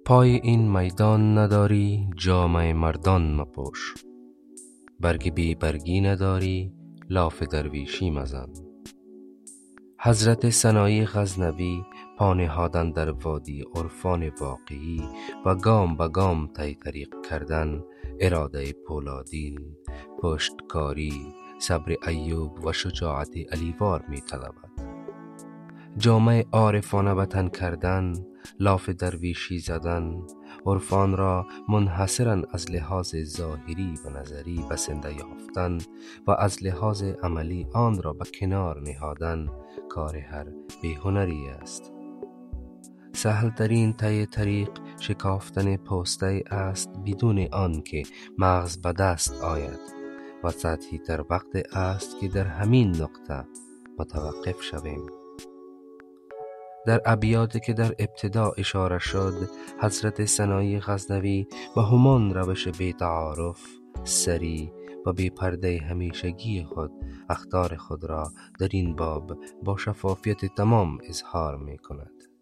پای این میدان نداری جامه مردان مپوش، برگ بی برگی نداری لاف درویشی مزن. حضرت سنایی غزنوی پا نهادن در وادی عرفان واقعی و گام به گام طی طریق کردن اراده پولادین، پشتکاری، صبر ایوب و شجاعت علیوار می طلبد. جامه عارفانه به تن کردن، لاف درویشی زدن، عرفان را منحصراً از لحاظ ظاهری و نظری بسنده یافتن و از لحاظ عملی آن را به کنار نهادن کار هر بی‌هنری است. سهل ترین طی طریق شکافتن پوسته است بدون آن که مغز به دست آید و سطحی تر وقت است که در همین نقطه متوقف شویم. در ابیاتی که در ابتدا اشاره شد، حضرت سنایی غزنوی به همان روش بی تعارف، سری و بی پرده همیشگی خود اخطار خود را در این باب با شفافیت تمام اظهار می کند.